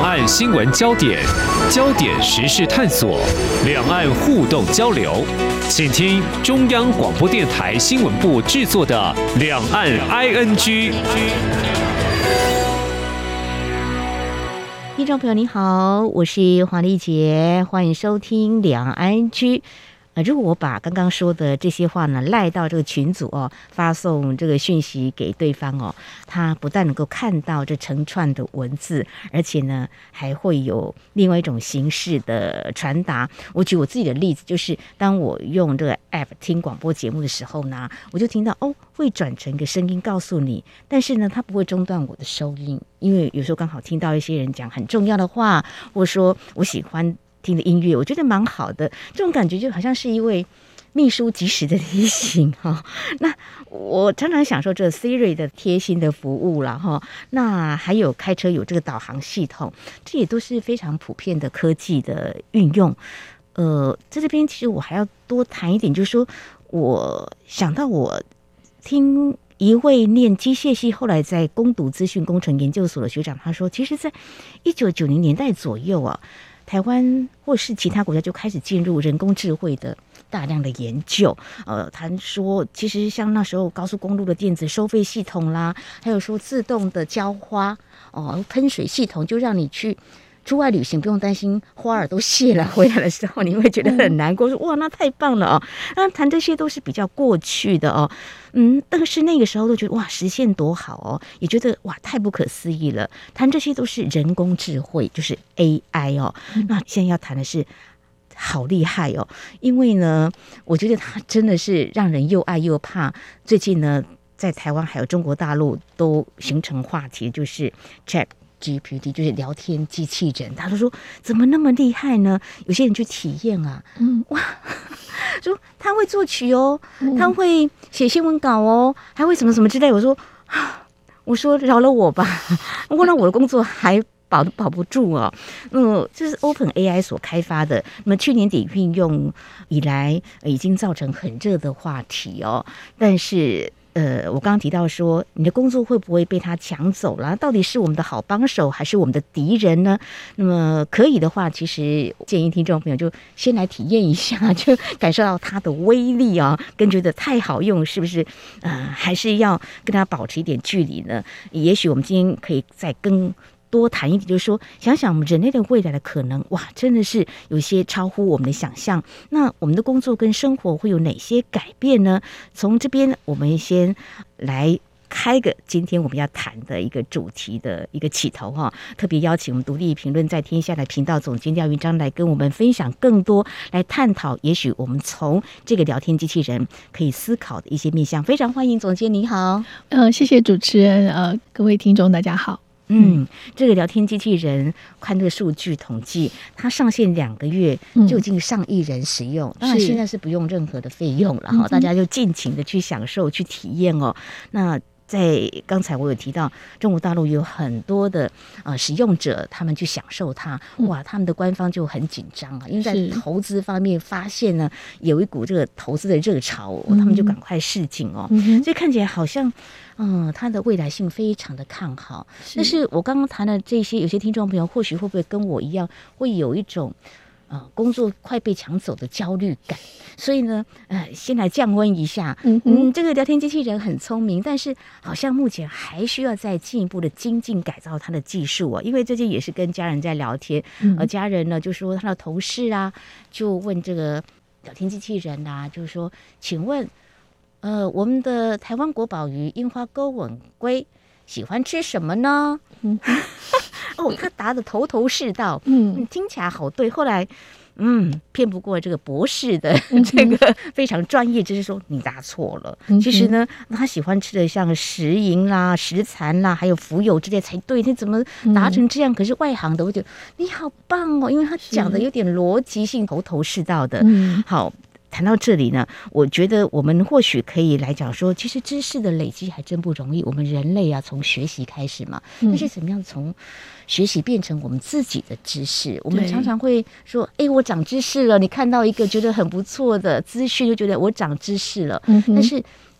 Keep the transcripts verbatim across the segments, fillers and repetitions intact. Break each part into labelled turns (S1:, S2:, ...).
S1: 岸新闻焦点、焦点时事探索、两岸互动交流，请听中央广播电台新闻部制作的《两岸 I N G》。
S2: 听众朋友你好，我是黄丽杰，欢迎收听两岸 I N G。呃，如果我把刚刚说的这些话呢赖到这个群组哦，发送这个讯息给对方哦，他不但能够看到这成串的文字，而且呢还会有另外一种形式的传达。我举我自己的例子，就是当我用这个 app 听广播节目的时候呢，我就听到哦会转成一个声音告诉你，但是呢它不会中断我的收音，因为有时候刚好听到一些人讲很重要的话，或者说我喜欢听的音乐，我觉得蛮好的，这种感觉就好像是一位秘书及时的提醒哈。那我常常想说，这 Siri 的贴心的服务啦哈，那还有开车有这个导航系统，这也都是非常普遍的科技的运用。呃，在这边其实我还要多谈一点，就是说我想到我听一位念机械系，后来在攻读资讯工程研究所的学长，他说，其实在一九九零年代左右啊，台湾或是其他国家就开始进入人工智慧的大量的研究。呃，他说其实像那时候高速公路的电子收费系统啦，还有说自动的浇花哦，喷水系统，就让你去出外旅行不用担心花儿都谢了，回来的时候你会觉得很难过，说哇那太棒了哦。那谈这些都是比较过去的哦，嗯，但是那个时候都觉得哇实现多好哦，也觉得哇太不可思议了。谈这些都是人工智慧，就是 A I 哦。那现在要谈的是好厉害哦，因为呢，我觉得它真的是让人又爱又怕。最近呢，在台湾还有中国大陆都形成话题，就是 ChatGPT， 就是聊天机器人。他都说怎么那么厉害呢？有些人去体验啊，嗯，哇，说他会作曲哦，他会写新闻稿哦，还会什么什么之类。我说，我说饶了我吧，我让我的工作还保都保不住哦。嗯，这是 OpenAI 所开发的，那么去年底运用以来，已经造成很热的话题哦。但是呃，我刚刚提到说，你的工作会不会被他抢走了？到底是我们的好帮手，还是我们的敌人呢？那么可以的话，其实建议听众朋友就先来体验一下，就感受到它的威力啊，跟觉得太好用，是不是？呃，还是要跟他保持一点距离呢？也许我们今天可以再跟多谈一点，就是说，想想我们人类的未来的可能，哇，真的是有些超乎我们的想象。那我们的工作跟生活会有哪些改变呢？从这边，我们先来开个今天我们要谈的一个主题的一个起头哈。特别邀请我们独立评论在天下的频道总监廖云章来跟我们分享更多，来探讨，也许我们从这个聊天机器人可以思考的一些面向。非常欢迎总监，你好。
S3: 呃，谢谢主持人，呃，各位听众大家好。
S2: 嗯，这个聊天机器人看这个数据统计，它上线两个月就已经上亿人使用，嗯、当然现在是不用任何的费用了哈，大家就尽情的去享受、去体验哦。那在刚才我有提到，中国大陆有很多的呃使用者，他们去享受它，哇，他们的官方就很紧张啊，因为在投资方面发现呢有一股这个投资的热潮、哦，他们就赶快示警哦，嗯、所以看起来好像。嗯，它的未来性非常的看好，但是我刚刚谈的这些，有些听众朋友或许会不会跟我一样，会有一种呃工作快被抢走的焦虑感？所以呢，呃，先来降温一下。嗯嗯，这个聊天机器人很聪明，但是好像目前还需要再进一步的精进改造它的技术啊。因为最近也是跟家人在聊天，呃，家人呢就说他的同事啊，就问这个聊天机器人啊，就是说，请问。呃，我们的台湾国宝鱼樱花钩吻龟喜欢吃什么呢？嗯、哦，他答得头头是道，嗯，听起来好对。后来，嗯，骗不过这个博士的这个非常专业，就是说你答错了。嗯、其实呢，他喜欢吃的像石银啦、石蚕啦，还有浮游之类才对。你怎么答成这样？嗯、可是外行的我觉得你好棒哦，因为他讲的有点逻辑性，头头是道的。嗯，好。谈到这里呢，我觉得我们或许可以来讲说，其实知识的累积还真不容易。我们人类啊，从学习开始嘛，但是怎么样从学习变成我们自己的知识？我们常常会说，哎，我长知识了。你看到一个觉得很不错的资讯，就觉得我长知识了。嗯、但是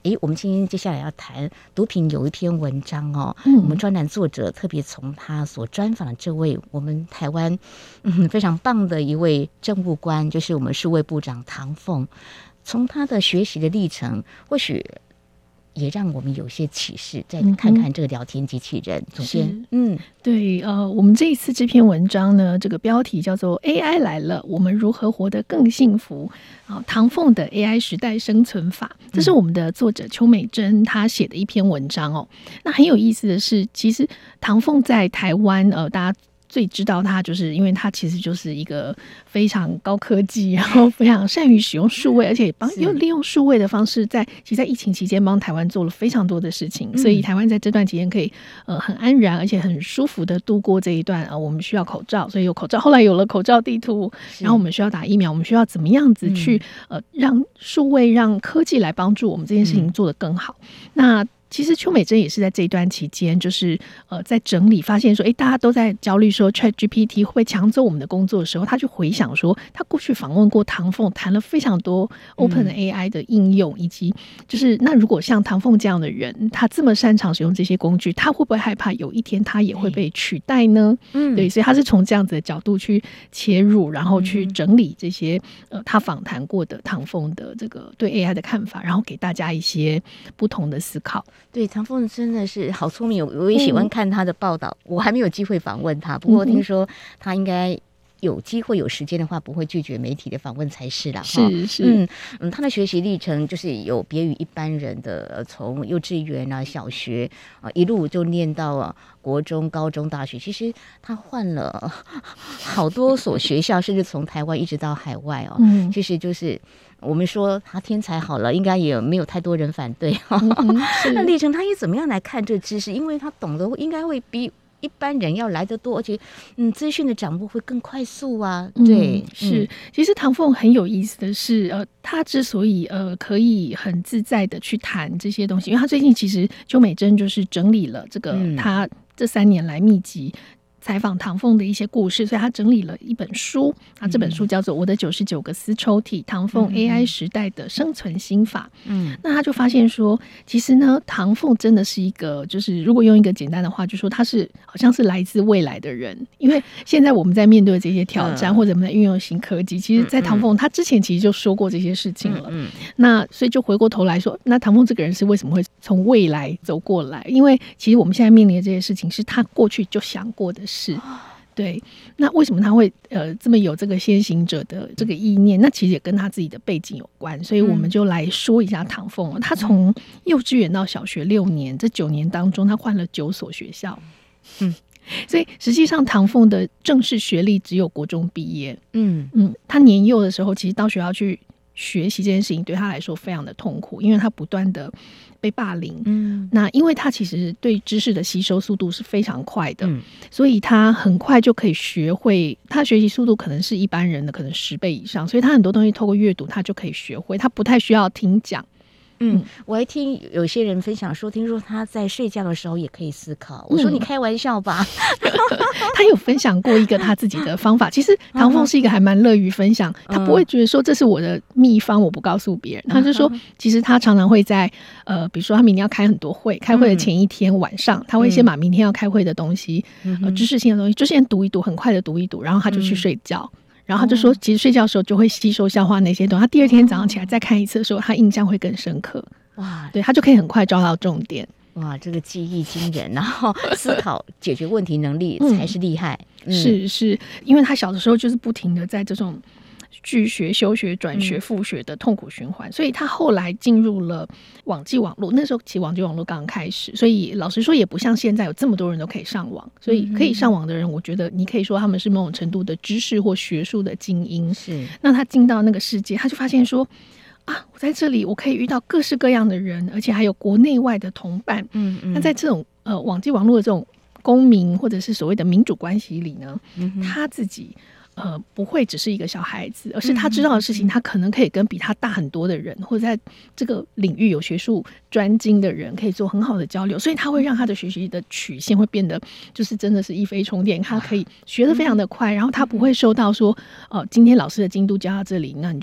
S2: 诶，我们今天接下来要谈毒品有一篇文章哦，
S3: 嗯、
S2: 我们专栏作者特别从他所专访的这位我们台湾嗯非常棒的一位政务官，就是我们数位部长唐凤，从他的学习的历程，或许也让我们有些启示。再看看这个聊天机器人，总监，嗯，
S3: 对，呃，我们这一次这篇文章呢，这个标题叫做 A I 来了，我们如何活得更幸福？啊，唐凤的 A I 时代生存法，这是我们的作者邱美珍她写的一篇文章哦。那很有意思的是，其实唐凤在台湾，呃，大家最知道他，就是因为他其实就是一个非常高科技，然后非常善于使用数位，而且帮又利用数位的方式在，其实在疫情期间帮台湾做了非常多的事情，嗯、所以台湾在这段期间可以呃很安然而且很舒服的度过这一段。呃，我们需要口罩，所以有口罩，后来有了口罩地图，然后我们需要打疫苗，我们需要怎么样子去、嗯、呃让数位让科技来帮助我们这件事情做得更好。嗯、那其实邱美珍也是在这一段期间，就是呃在整理，发现说，哎，大家都在焦虑说 ChatGPT 会不会抢走我们的工作的时候，他就回想说，他过去访问过唐凤，谈了非常多 OpenAI 的应用，嗯、以及就是那如果像唐凤这样的人，他这么擅长使用这些工具，他会不会害怕有一天他也会被取代呢？嗯，对，所以他是从这样子的角度去切入，然后去整理这些呃他访谈过的唐凤的这个对 A I 的看法，然后给大家一些不同的思考。
S2: 对，唐凤真的是好聪明，我也喜欢看他的报道。嗯、我还没有机会访问他，不过听说他应该有机会有时间的话，不会拒绝媒体的访问才是啦。
S3: 是是，
S2: 嗯嗯，他的学习历程就是有别于一般人的，从幼稚园啊、小学啊一路就念到啊国中、高中、大学。其实他换了好多所学校，甚至从台湾一直到海外哦。嗯，其实就是。我们说他天才好了，应该也没有太多人反对。嗯、那历程他也怎么样来看这知识？因为他懂得应该会比一般人要来得多，而且嗯，资讯的掌握会更快速啊。对，
S3: 嗯、是。嗯、其实唐凤很有意思的是，呃，他之所以呃可以很自在的去谈这些东西，因为他最近其实邱美珍就是整理了这个、嗯、他这三年来密集采访唐凤的一些故事，所以他整理了一本书，啊，这本书叫做《我的九十九个丝抽屉：唐凤 A I 时代的生存心法》。嗯，那他就发现说，其实呢，唐凤真的是一个，就是如果用一个简单的话，就说他是好像是来自未来的人，因为现在我们在面对这些挑战，嗯、或者我们在运用新科技，其实，在唐凤他之前其实就说过这些事情了。嗯，那所以就回过头来说，那唐凤这个人是为什么会从未来走过来？因为其实我们现在面临的这些事情，是他过去就想过的事。是，对，那为什么他会呃这么有这个先行者的这个意念？那其实也跟他自己的背景有关，所以我们就来说一下唐凤、哦。他从幼稚园到小学六年，这九年当中，他换了九所学校。嗯，所以实际上唐凤的正式学历只有国中毕业。嗯嗯，他年幼的时候，其实到学校去学习这件事情，对他来说非常的痛苦，因为他不断的被霸凌。嗯，那因为他其实对知识的吸收速度是非常快的，嗯、所以他很快就可以学会，他学习速度可能是一般人的可能十倍以上，所以他很多东西透过阅读他就可以学会，他不太需要听讲。
S2: 嗯，我还听有些人分享说，听说他在睡觉的时候也可以思考。我说你开玩笑吧。嗯、
S3: 他有分享过一个他自己的方法。其实唐凤是一个还蛮乐于分享，嗯、他不会觉得说这是我的秘方，我不告诉别人。他就说，其实他常常会在呃，比如说他明天要开很多会，开会的前一天晚上，嗯、他会先把明天要开会的东西，嗯、呃，知识性的东西就先读一读，很快的读一读，然后他就去睡觉。嗯然后他就说，其实睡觉的时候就会吸收消化那些东西，他第二天早上起来再看一次的时候，他印象会更深刻。哇，对，他就可以很快抓到重点。
S2: 哇，这个记忆惊人，然后思考解决问题能力才是厉害。
S3: 嗯嗯、是是，因为他小的时候就是不停的在这种拒学、休学、转学、复学的痛苦循环，嗯、所以他后来进入了网际网络。那时候其实网际网络刚刚开始，所以老实说也不像现在有这么多人都可以上网。所以可以上网的人，我觉得你可以说他们是某种程度的知识或学术的精英。是，那他进到那个世界，他就发现说啊，我在这里我可以遇到各式各样的人，而且还有国内外的同伴。嗯嗯，那在这种呃网际网络的这种公民或者是所谓的民主关系里呢，嗯、他自己。呃，不会只是一个小孩子，而是他知道的事情，他可能可以跟比他大很多的人，或者在这个领域有学术专精的人，可以做很好的交流，所以他会让他的学习的曲线会变得就是真的是一飞冲天，他可以学得非常的快，然后他不会受到说，呃，今天老师的进度教到这里，那你就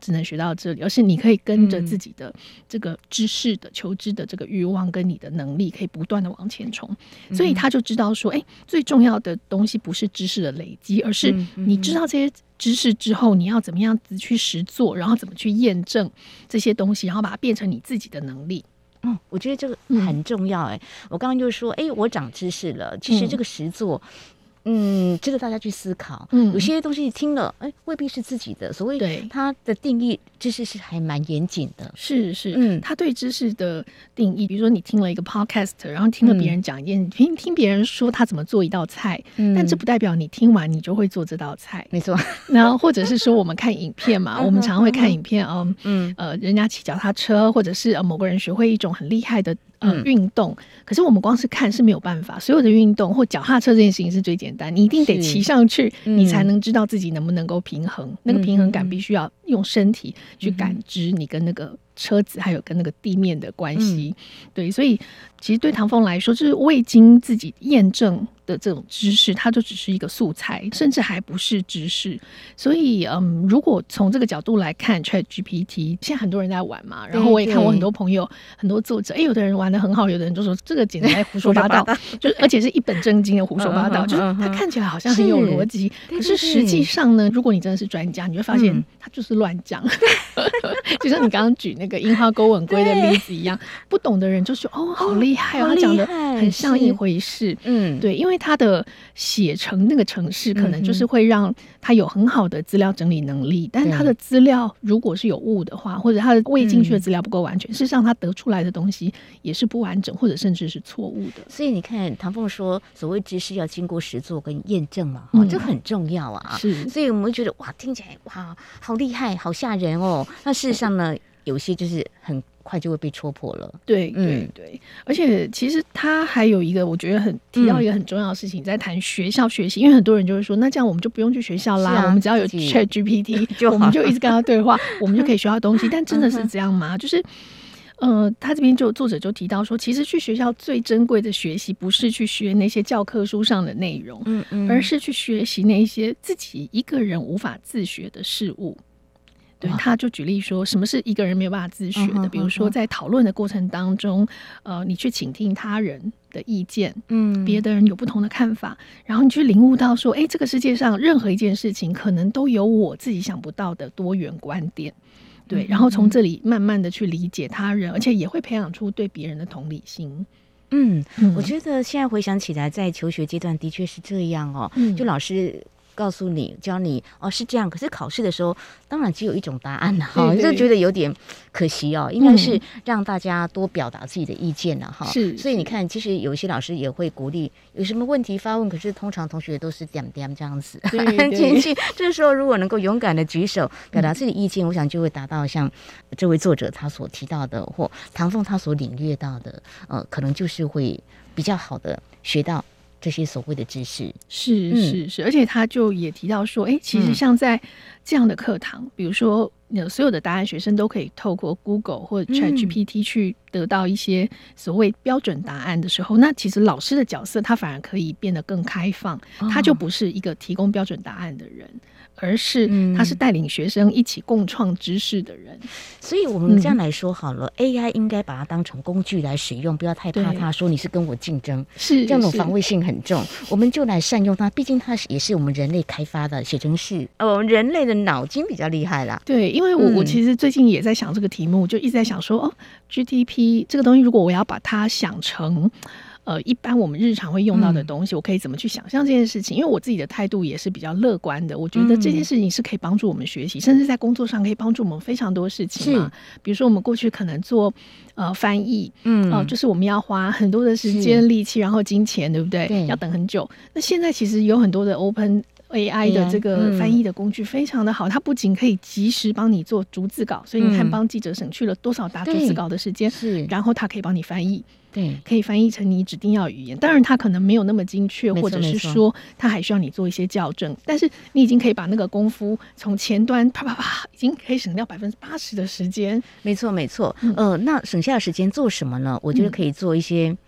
S3: 只能学到这里，而是你可以跟着自己的这个知识的求知的这个欲望跟你的能力，可以不断的往前冲。所以他就知道说，哎，最重要的东西不是知识的累积，而是你知道这些知识之后，你要怎么样子去实做，然后怎么去验证这些东西，然后把它变成你自己的能力。
S2: 嗯，我觉得这个很重要哎、欸。我刚刚就说，哎，我长知识了，其实这个实作。嗯，值得大家去思考。嗯，有些东西听了，哎，未必是自己的。所谓它的定义，知识是还蛮严谨的。
S3: 是是，嗯，他对知识的定义，比如说你听了一个 podcast， 然后听了别人讲一件，听、嗯、听别人说他怎么做一道菜，嗯，但这不代表你听完你就会做这道菜。
S2: 没错。
S3: 然后或者是说我们看影片嘛，我们常常会看影片，嗯嗯呃，人家骑脚踏车，或者是呃某个人学会一种很厉害的。呃，运动，可是我们光是看是没有办法。所有的运动或脚踏车这件事情是最简单，你一定得骑上去，嗯、你才能知道自己能不能够平衡。嗯、那个平衡感必须要用身体去感知你跟那个车子还有跟那个地面的关系。嗯、对，所以其实对唐凤来说，就是未经自己验证的这种知识，它就只是一个素材，甚至还不是知识。所以，嗯，如果从这个角度来看 ，ChatGPT 现在很多人在玩嘛，然后我也看我很多朋友、很多作者，哎，有的人玩得很好，有的人就说这个简直在胡说八道，就而且是一本正经的胡说八道，就是它看起来好像很有逻辑，可是实际上呢，如果你真的是专家，你会发现它就是乱讲。就像你刚刚举那个樱花钩吻龟的例子一样，不懂的人就说哦，好厉害哦，他讲的很像一回事。嗯，对，因为他的写成那个程式，可能就是会让他有很好的资料整理能力，但他的资料如果是有误的话，或者他的喂进去的资料不够完全，事实上他得出来的东西也是不完整，或者甚至是错误的。
S2: 所以你看，唐凤说，所谓知识要经过实作跟验证嘛，嗯、这很重要啊。是，所以我们会觉得哇，听起来哇，好厉害，好吓人哦。那事实上呢，有些就是很快就会被戳破了。
S3: 对对对，而且其实他还有一个我觉得很提到一个很重要的事情，嗯、在谈学校学习，因为很多人就会说，那这样我们就不用去学校啦，啊、我们只要有 ChatGPT， 我们就一直跟他对话，我们就可以学到东西。但真的是这样吗？就是。呃，他这边就作者就提到说，其实去学校最珍贵的学习，不是去学那些教科书上的内容，嗯嗯，而是去学习那些自己一个人无法自学的事物。对，他就举例说，什么是一个人没有办法自学的？比如说，在讨论的过程当中，呃，你去倾听他人的意见，嗯，别的人有不同的看法，然后你去领悟到说，哎，这个世界上任何一件事情，可能都有我自己想不到的多元观点。对，然后从这里慢慢的去理解他人，而且也会培养出对别人的同理心。
S2: 嗯，嗯我觉得现在回想起来，在求学阶段的确是这样哦，嗯、就老师告诉你教你哦是这样，可是考试的时候当然只有一种答案了哈，就觉得有点可惜哦，应该是让大家多表达自己的意见了哈。是，所以你看，其实有些老师也会鼓励有什么问题发问，可是通常同学都是点点这样子，很谦虚。这时候如果能够勇敢的举手表达自己的意见，嗯、我想就会达到像这位作者他所提到的，或唐凤他所领略到的，呃，可能就是会比较好的学到这些所谓的知识。
S3: 是是是，而且他就也提到说，哎，其实像在这样的课堂，嗯、比如说所有的答案，学生都可以透过 Google 或者 ChatGPT 去得到一些所谓标准答案的时候，嗯、那其实老师的角色他反而可以变得更开放，哦、他就不是一个提供标准答案的人，而是他是带领学生一起共创知识的人。
S2: 所以我们这样来说好了，嗯、A I 应该把它当成工具来使用，不要太怕它说你是跟我竞争，是这样种防卫性很重。我们就来善用它，毕竟它也是我们人类开发的写程式，呃，我们人类的脑筋比较厉害啦。
S3: 对，因为我、嗯、我其实最近也在想这个题目，就一直在想说，哦 ，G T P 这个东西，如果我要把它想成。呃，一般我们日常会用到的东西，嗯、我可以怎么去想象这件事情？因为我自己的态度也是比较乐观的，我觉得这件事情是可以帮助我们学习，嗯、甚至在工作上可以帮助我们非常多事情嘛。比如说我们过去可能做呃翻译，嗯，呃，就是我们要花很多的时间、力气，然后金钱，对不对？对，要等很久。那现在其实有很多的 Open A I 的这个翻译的工具非常的好，它不仅可以及时帮你做逐字稿，所以你看帮记者省去了多少打逐字稿的时间，是，然后它可以帮你翻译。对，可以翻译成你指定要语言，当然它可能没有那么精确，或者是说它还需要你做一些校正，但是你已经可以把那个功夫从前端啪啪啪，已经可以省掉百分之八十的时间。
S2: 没错没错，嗯、呃，那省下的时间做什么呢？我觉得可以做一些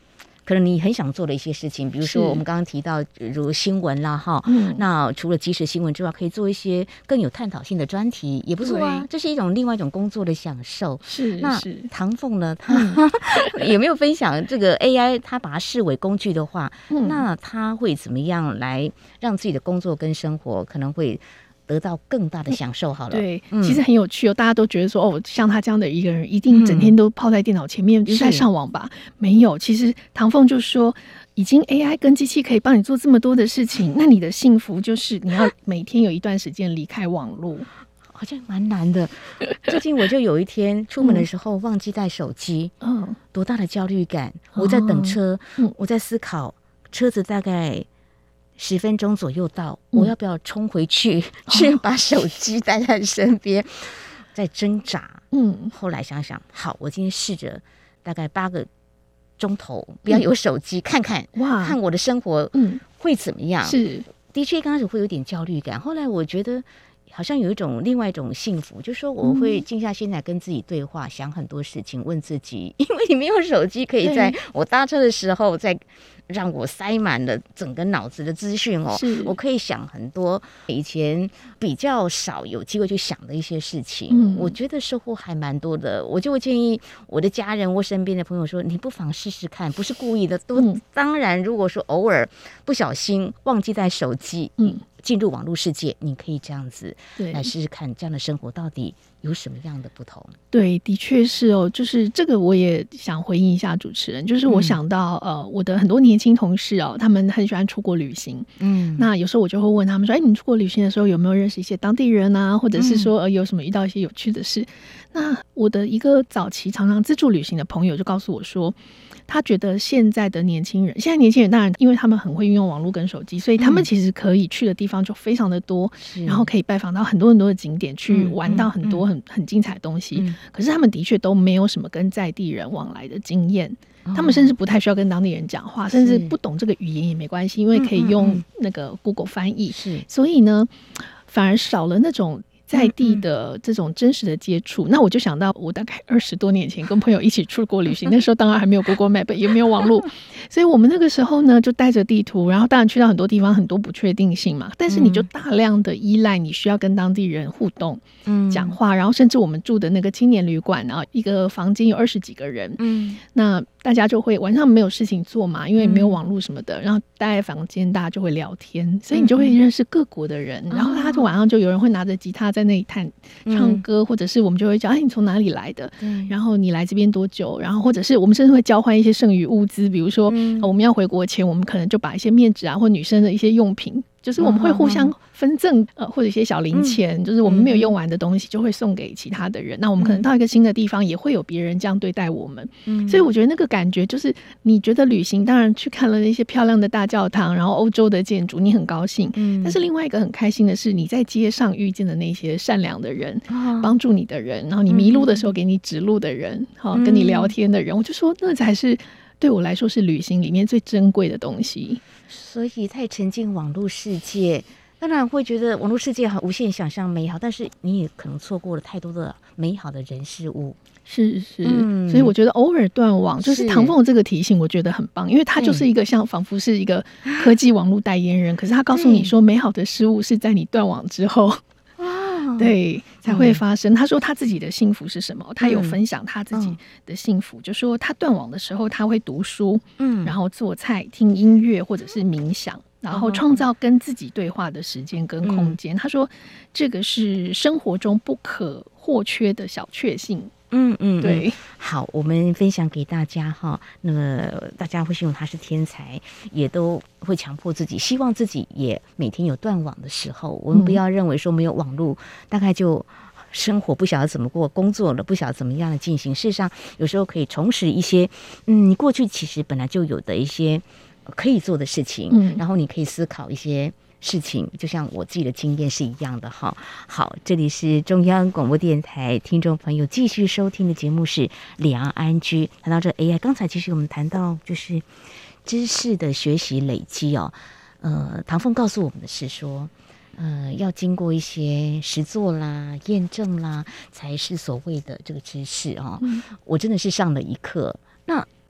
S2: 可能你很想做的一些事情，比如说我们刚刚提到如新闻啦哈、
S3: 嗯，
S2: 那除了即时新闻之外，可以做一些更有探讨性的专题，也不错啊，这是一种另外一种工作的享受。
S3: 是
S2: 那
S3: 是
S2: 唐凤呢，他、嗯、有没有分享这个 A I 他把它视为工具的话、嗯、那他会怎么样来让自己的工作跟生活可能会得到更大的享受？好了，
S3: 对、
S2: 嗯，
S3: 其实很有趣哦。大家都觉得说，哦，像他这样的一个人，一定整天都泡在电脑前面，就在上网吧？没有，其实唐凤就说，已经 A I 跟机器可以帮你做这么多的事情，那你的幸福就是你要每天有一段时间离开网络。
S2: 好像蛮难的。最近我就有一天出门的时候忘记带手机，嗯，多大的焦虑感！我在等车，嗯，我在思考车子大概十分钟左右到，嗯、我要不要冲回去、哦、去把手机带在身边？在挣扎。嗯，后来想想，好，我今天试着大概八个钟头不要有手机、嗯，看看哇，看我的生活嗯会怎么样？是，的确刚开始会有点焦虑感，后来我觉得。好像有一种另外一种幸福，就是说我会静下心来跟自己对话，嗯、想很多事情，问自己，因为你没有手机，可以在我搭车的时候，再让我塞满了整个脑子的资讯哦，我可以想很多以前比较少有机会去想的一些事情，嗯、我觉得收获还蛮多的。我就会建议我的家人或身边的朋友说，你不妨试试看，不是故意的，都、嗯、当然，如果说偶尔不小心忘记带手机，嗯。进入网络世界，你可以这样子来试试看，这样的生活到底有什么样的不同？对，的确是哦，就是这个我也想回应一下主持人，就是我想到、嗯、呃，我的很多年轻同事哦，他们很喜欢出国旅行，嗯，那有时候我就会问他们说，哎，你们出国旅行的时候有没有认识一些当地人啊，或者是说、呃、有什么遇到一些有趣的事？那我的一个早期常常自助旅行的朋友就告诉我说，他觉得现在的年轻人，现在年轻人当然因为他们很会运用网络跟手机，所以他们其实可以去的地方就非常的多，嗯、然后可以拜访到很多很多的景点，去玩到很多很、嗯、很精彩的东西、嗯、可是他们的确都没有什么跟在地人往来的经验、哦、他们甚至不太需要跟当地人讲话，甚至不懂这个语言也没关系，因为可以用那个 Google 翻译、嗯嗯嗯、所以呢反而少了那种在地的这种真实的接触、嗯嗯、那我就想到我大概二十多年前跟朋友一起出国旅行那时候当然还没有 Google Map 也没有网络所以我们那个时候呢就带着地图，然后当然去到很多地方很多不确定性嘛，但是你就大量的依赖你需要跟当地人互动讲、嗯、话，然后甚至我们住的那个青年旅馆，然后一个房间有二十几个人，嗯，那大家就会晚上没有事情做嘛，因为没有网络什么的、嗯、然后待在房间大家就会聊天，所以你就会认识各国的人、嗯、然后他就晚上就有人会拿着吉他在那里弹唱歌、嗯、或者是我们就会讲哎你从哪里来的、嗯、然后你来这边多久，然后或者是我们甚至会交换一些剩余物资，比如说、嗯呃、我们要回国前我们可能就把一些面纸啊或女生的一些用品，就是我们会互相分赠呃或者一些小零钱、嗯、就是我们没有用完的东西就会送给其他的人、嗯、那我们可能到一个新的地方也会有别人这样对待我们、嗯、所以我觉得那个感觉就是你觉得旅行当然去看了那些漂亮的大教堂，然后欧洲的建筑你很高兴、嗯、但是另外一个很开心的是你在街上遇见的那些善良的人、哦、帮助你的人，然后你迷路的时候给你指路的人、嗯、跟你聊天的人、嗯、我就说那才是对我来说是旅行里面最珍贵的东西。所以太沉浸网络世界，当然会觉得网络世界很无限想象美好，但是你也可能错过了太多的美好的人事物。是是、嗯、所以我觉得偶尔断网，就是唐凤这个提醒我觉得很棒，因为他就是一个像仿佛是一个科技网络代言人，可是他告诉你说美好的事物是在你断网之后对才会发生、嗯、他说他自己的幸福是什么，他有分享他自己的幸福、嗯、就说他断网的时候他会读书，嗯，然后做菜听音乐或者是冥想，然后创造跟自己对话的时间跟空间、嗯、他说这个是生活中不可或缺的小确幸。嗯嗯，对，好，我们分享给大家哈。那么大家会形容他是天才，也都会强迫自己，希望自己也每天有断网的时候。我们不要认为说没有网络，大概就生活不晓得怎么过，工作了不晓得怎么样的进行。事实上，有时候可以重拾一些，嗯，你过去其实本来就有的一些可以做的事情，嗯，然后你可以思考一些事情，就像我自己的经验是一样的哈。好，这里是中央广播电台，听众朋友继续收听的节目是两岸安居。谈到这 A I， 刚才其实我们谈到就是知识的学习累积哦。呃，唐凤告诉我们的是说，呃，要经过一些实作啦、验证啦，才是所谓的这个知识哦。嗯、我真的是上了一课。那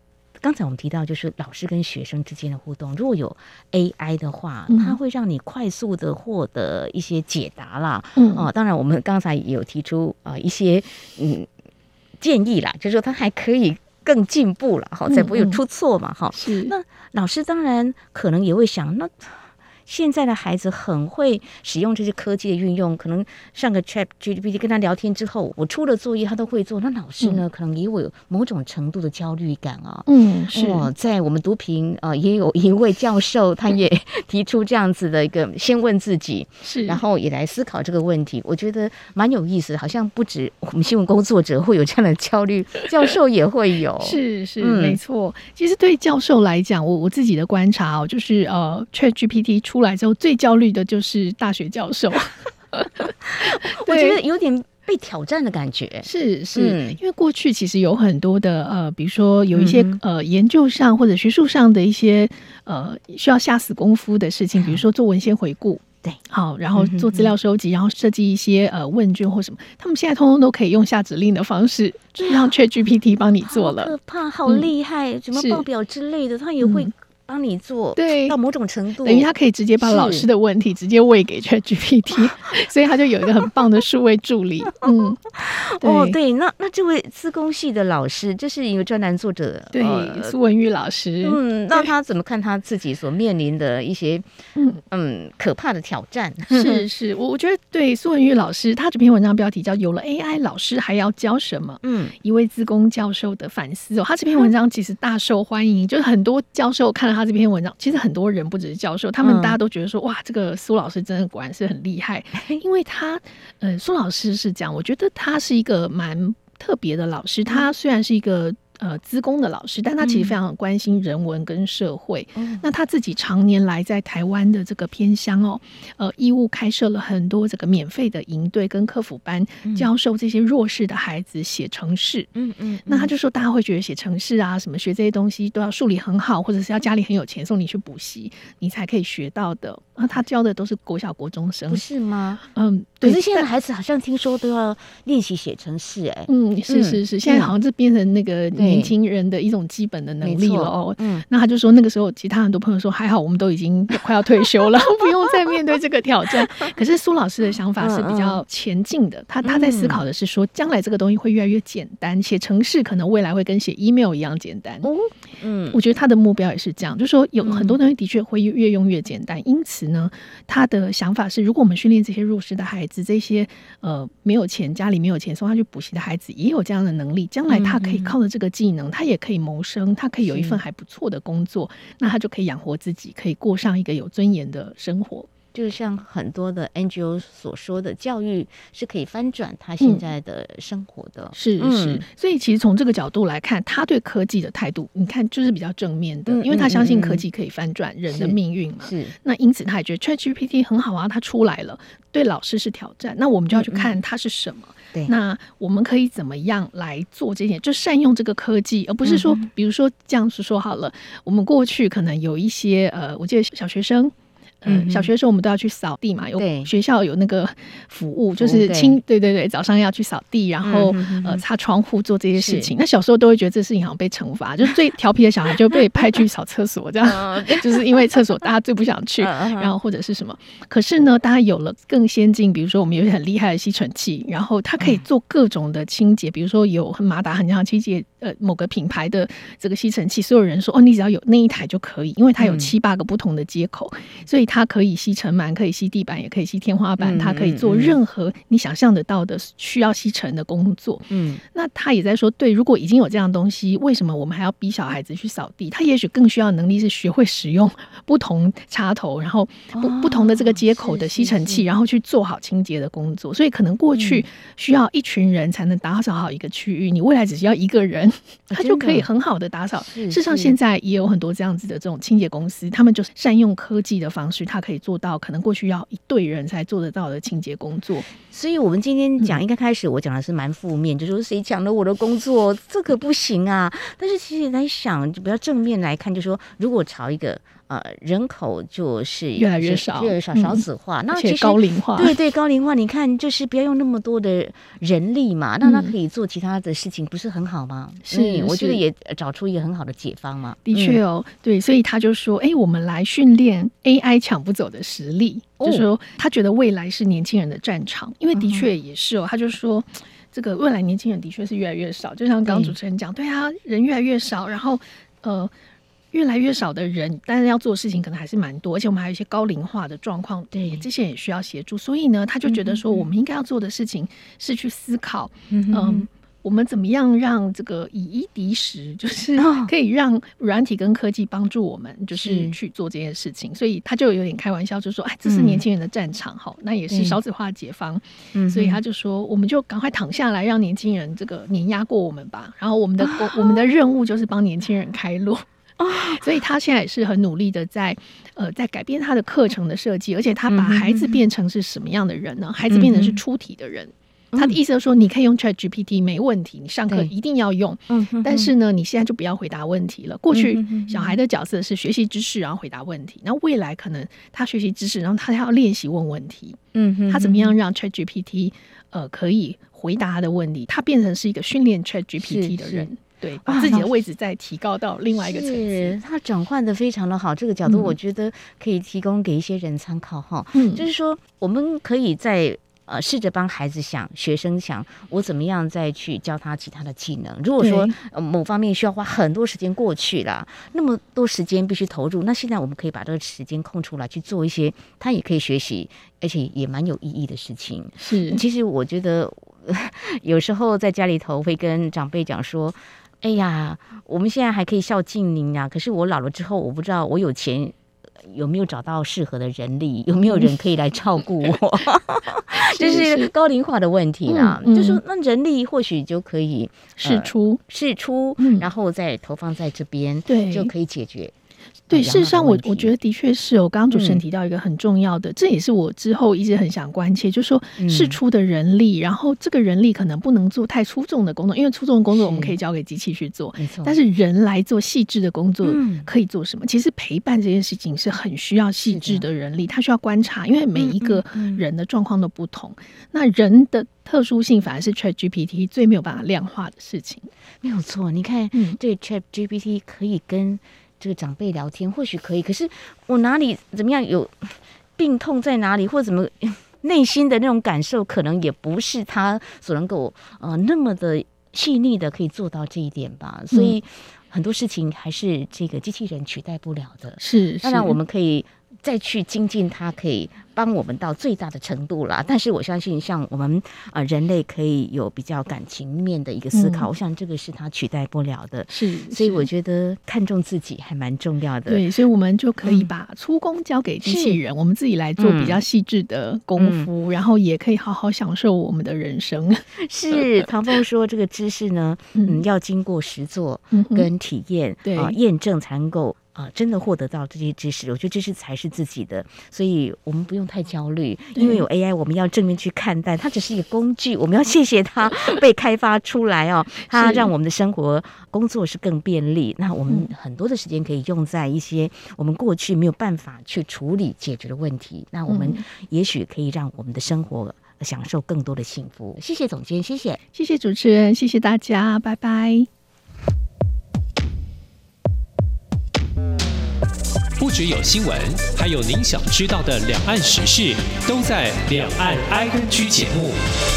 S2: 刚才我们提到就是老师跟学生之间的互动，如果有 A I 的话，
S3: 嗯、
S2: 它会让你快速的获得一些解答啦。
S3: 嗯，
S2: 哦，当然我们刚才也有提出啊、呃、一些嗯建议啦，就是说它还可以更进步了哈，才不会有出错嘛哈。
S3: 是，
S2: 那老师当然可能也会想那。现在的孩子很会使用这些科技的运用，可能上个 Chat G P T 跟他聊天之后，我出了作业他都会做。那老师呢，嗯、可能也有某种程度的焦虑感啊。
S3: 嗯，是。
S2: 哦，在我们读评呃，也有一位教授，他也提出这样子的一个，先问自己，
S3: 是，
S2: 然后也来思考这个问题。我觉得蛮有意思的，好像不止我们新闻工作者会有这样的焦虑，教授也会有。
S3: 是是、嗯，没错。其实对教授来讲，我我自己的观察哦，就是呃 ，Chat G P T 出来之后，最焦虑的就是大学教授。
S2: 我觉得有点被挑战的感觉。
S3: 是是、嗯，因为过去其实有很多的呃，比如说有一些、嗯、呃研究上或者学术上的一些呃需要下死功夫的事情，比如说做文献回顾。对，好，然后做资料收集，然后设计一些呃问卷或什么，他们现在通通都可以用下指令的方式，就让 Chat G P T 帮你做了。
S2: 好可怕，好厉害，嗯、什么报表之类的，他也会。帮你做，对，到某种程度，
S3: 等于他可以直接把老师的问题直接喂给 Chat G P T， 所以他就有一个很棒的数位助理。嗯，
S2: 对哦，对，那那这位资工系的老师，这是一个专栏作者，
S3: 对，呃、苏文玉老师。
S2: 嗯，那他怎么看他自己所面临的一些嗯嗯可怕的挑战？
S3: 是是，我我觉得对苏文玉老师，他这篇文章标题叫《有了 A I， 老师还要教什么》。嗯，一位资工教授的反思哦，他这篇文章其实大受欢迎，就是很多教授看了他这篇文章，其实很多人不只是教授，他们大家都觉得说、嗯、哇，这个苏老师真的果然是很厉害，因为他呃，苏老师是这样，我觉得他是一个蛮特别的老师，他虽然是一个呃资工的老师，但他其实非常关心人文跟社会、嗯、那他自己常年来在台湾的这个偏乡哦，呃义务开设了很多这个免费的营队跟客服班、嗯、教授这些弱势的孩子写程式。嗯 嗯, 嗯，那他就说大家会觉得写程式啊什么学这些东西都要数理很好，或者是要家里很有钱送你去补习你才可以学到的，那他教的都是国小国中生，
S2: 不是吗？
S3: 嗯，
S2: 对。可是现在的孩子好像听说都要练习写程式，哎，
S3: 嗯，是是是、嗯，现在好像是变成那个年轻人的一种基本的能力了哦。嗯，那他就说那个时候其他很多朋友说还好我们都已经快要退休了，不用再面对这个挑战。可是苏老师的想法是比较前进的，他他在思考的是说将来这个东西会越来越简单，写程式可能未来会跟写 email 一样简单。哦，嗯，我觉得他的目标也是这样，就是说有很多东西的确会越用越简单，因此呢，他的想法是，如果我们训练这些弱势的孩子，这些呃没有钱家里没有钱送他去补习的孩子，也有这样的能力，将来他可以靠着这个技能，他也可以谋生，他可以有一份还不错的工作，那他就可以养活自己，可以过上一个有尊严的生活。
S2: 就是像很多的 N G O 所说的，教育是可以翻转他现在的生活的。嗯、
S3: 是是、嗯，所以其实从这个角度来看，他对科技的态度，你看就是比较正面的，嗯、因为他相信科技可以翻转人的命运嘛。是，那因此他也觉得 Chat G P T 很好啊，他出来了，对老师是挑战，那我们就要去看它是什么。对、嗯，那我们可以怎么样来做这件，就善用这个科技，而不是说，嗯、比如说这样子说好了，我们过去可能有一些呃，我记得小学生。嗯，小学的时候我们都要去扫地嘛，有学校有那个服务，就是清，对对对，早上要去扫地，然后、嗯、呃擦窗户做这些事情。那小时候都会觉得这事情好像被惩罚，就是最调皮的小孩就被派去扫厕所，这样就是因为厕所大家最不想去，然后或者是什么。可是呢，大家有了更先进，比如说我们有一些很厉害的吸尘器，然后它可以做各种的清洁，比如说有很马达很强清洁呃某个品牌的这个吸尘器，所有人说哦，你只要有那一台就可以，因为它有七八个不同的接口，所以它可以吸尘螨，可以吸地板，也可以吸天花板，它可以做任何你想象得到的需要吸尘的工作。嗯，那他也在说，对，如果已经有这样的东西，为什么我们还要逼小孩子去扫地？他也许更需要的能力是学会使用不同插头，然后 不,、哦、不同的这个接口的吸尘器，然后去做好清洁的工作。所以可能过去需要一群人才能打扫好一个区域，你未来只需要一个人，他就可以很好的打扫。事实上，现在也有很多这样子的这种清洁公司，他们就善用科技的方式，他可以做到可能过去要一队人才做得到的清洁工作。
S2: 所以我们今天讲，应该开始我讲的是蛮负面，嗯、就是说谁抢了我的工作，这可不行啊。但是其实来想，就比较正面来看，就是说如果朝一个呃人口就是
S3: 越来越少，
S2: 越来越少，少子化，
S3: 嗯、
S2: 那其实
S3: 高龄化，
S2: 对对高龄化，你看就是不要用那么多的人力嘛，那他可以做其他的事情，不是很好吗？
S3: 是、
S2: 嗯，我觉得也找出一个很好的解方嘛。
S3: 的确哦，嗯、对，所以他就说，哎，我们来训练 A I 抢不走的实力，哦、就是说他觉得未来是年轻人的战场，因为的确也是哦，他就说。这个未来年轻人的确是越来越少，就像刚刚主持人讲，对啊，人越来越少，然后呃越来越少的人，但是要做的事情可能还是蛮多，而且我们还有一些高龄化的状况，对，这些也需要协助。所以呢，他就觉得说，我们应该要做的事情是去思考，嗯。嗯我们怎么样让这个以一敌十，就是可以让软体跟科技帮助我们，就是去做这件事情。所以他就有点开玩笑，就说：“哎，这是年轻人的战场，哈、嗯，那也是少子化解放。嗯”所以他就说：“我们就赶快躺下来，让年轻人这个碾压过我们吧。然后我们的、哦、我们的任务就是帮年轻人开路。”所以他现在也是很努力的在呃在改变他的课程的设计，而且他把孩子变成是什么样的人呢？孩子变成是出题的人。他的意思就是说，你可以用 ChatGPT 没问题，你上课一定要用。但是呢，你现在就不要回答问题了。过去小孩的角色是学习知识，然后回答问题。那未来可能他学习知识，然后他要练习问问题。嗯，他怎么样让 ChatGPT 呃可以回答他的问题？他变成是一个训练 ChatGPT 的人。对，把自己的位置再提高到另外一个层次，
S2: 他转换的非常的好。这个角度，我觉得可以提供给一些人参考哈。嗯，就是说，我们可以在呃试着帮孩子想、学生想，我怎么样再去教他其他的技能。如果说、呃、某方面需要花很多时间过去了，那么多时间必须投入，那现在我们可以把这个时间空出来去做一些他也可以学习，而且也蛮有意义的事情。是，其实我觉得有时候在家里头会跟长辈讲说。哎呀，我们现在还可以孝敬您啊！可是我老了之后，我不知道我有钱有没有找到适合的人力，有没有人可以来照顾我？这是高龄化的问题啦。嗯嗯、就说那人力或许就可以
S3: 释出，
S2: 释、呃、出，然后再投放在这边，对，就可以解决。
S3: 对，事实上我我觉得的确是哦。刚刚主持人提到一个很重要的、嗯，这也是我之后一直很想关切，就是说释出的人力、嗯，然后这个人力可能不能做太粗重的工作，因为粗重的工作我们可以交给机器去做，但是人来做细致的工作可以做什么？嗯、其实陪伴这件事情是很需要细致的人力，他需要观察，因为每一个人的状况都不同，嗯嗯嗯、那人的特殊性反而是 ChatGPT 最没有办法量化的事情。
S2: 没有错，你看，嗯、对 ChatGPT 可以跟这个长辈聊天或许可以，可是我哪里怎么样有病痛在哪里，或者怎么内心的那种感受，可能也不是他所能够呃那么的细腻的可以做到这一点吧。所以很多事情还是这个机器人取代不了的。是，当然我们可以再去精进它，可以帮我们到最大的程度啦。但是我相信，像我们呃人类可以有比较感情面的一个思考，嗯、我想这个是它取代不了的。是，所以我觉得看重自己还蛮重要的。
S3: 对，所以我们就可以把粗工交给机器人，嗯、我们自己来做比较细致的功夫，嗯、然后也可以好好享受我们的人生。
S2: 是，唐凤说这个知识呢，嗯，要经过实作跟体验，对啊、呃、验证才能够。啊、呃，真的获得到这些知识，我觉得知识才是自己的，所以我们不用太焦虑，因为有 A I， 我们要正面去看待，它只是一个工具，我们要谢谢它被开发出来哦，它让我们的生活工作是更便利。那我们很多的时间可以用在一些我们过去没有办法去处理解决的问题，那我们也许可以让我们的生活享受更多的幸福。谢谢总监，谢谢，
S3: 谢谢主持人，谢谢大家，拜拜。
S1: 不只有新闻，还有您想知道的两岸时事，都在《两岸 I N G》节目。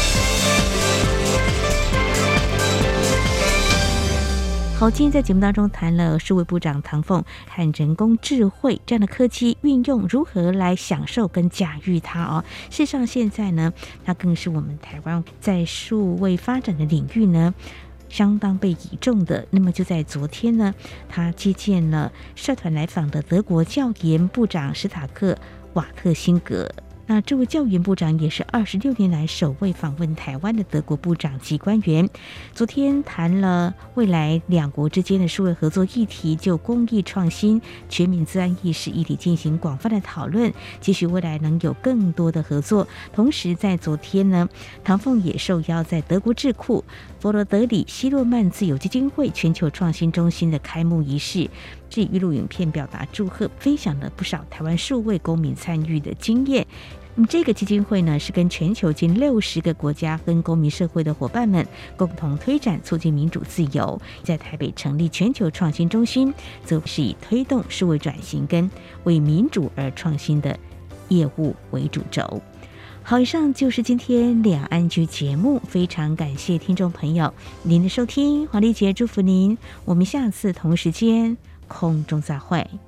S2: 好，今天在节目当中谈了数位部长唐凤和人工智慧这样的科技运用如何来享受跟驾驭它哦。事实上，现在呢，它更是我们台湾在数位发展的领域呢。相当被倚重的。那么就在昨天呢，他接见了社团来访的德国教研部长史塔克瓦特辛格。那这位教研部长也是二十六年来首位访问台湾的德国部长级官员。昨天谈了未来两国之间的数位合作议题，就公益创新、全民资安意识议题进行广泛的讨论，期许未来能有更多的合作。同时在昨天呢，唐凤也受邀在德国智库佛罗德里希洛曼自由基金会全球创新中心的开幕仪式， 至于录影片表达祝贺，分享了不少台湾数位公民参与的经验。那么这个基金会呢，是跟全球近六十个国家跟公民社会的伙伴们共同推展促进民主自由。在台北成立全球创新中心，则是以推动数位转型跟为民主而创新的业务为主轴。好，以上就是今天两岸居节目，非常感谢听众朋友您的收听，黄丽杰祝福您，我们下次同时间空中再会。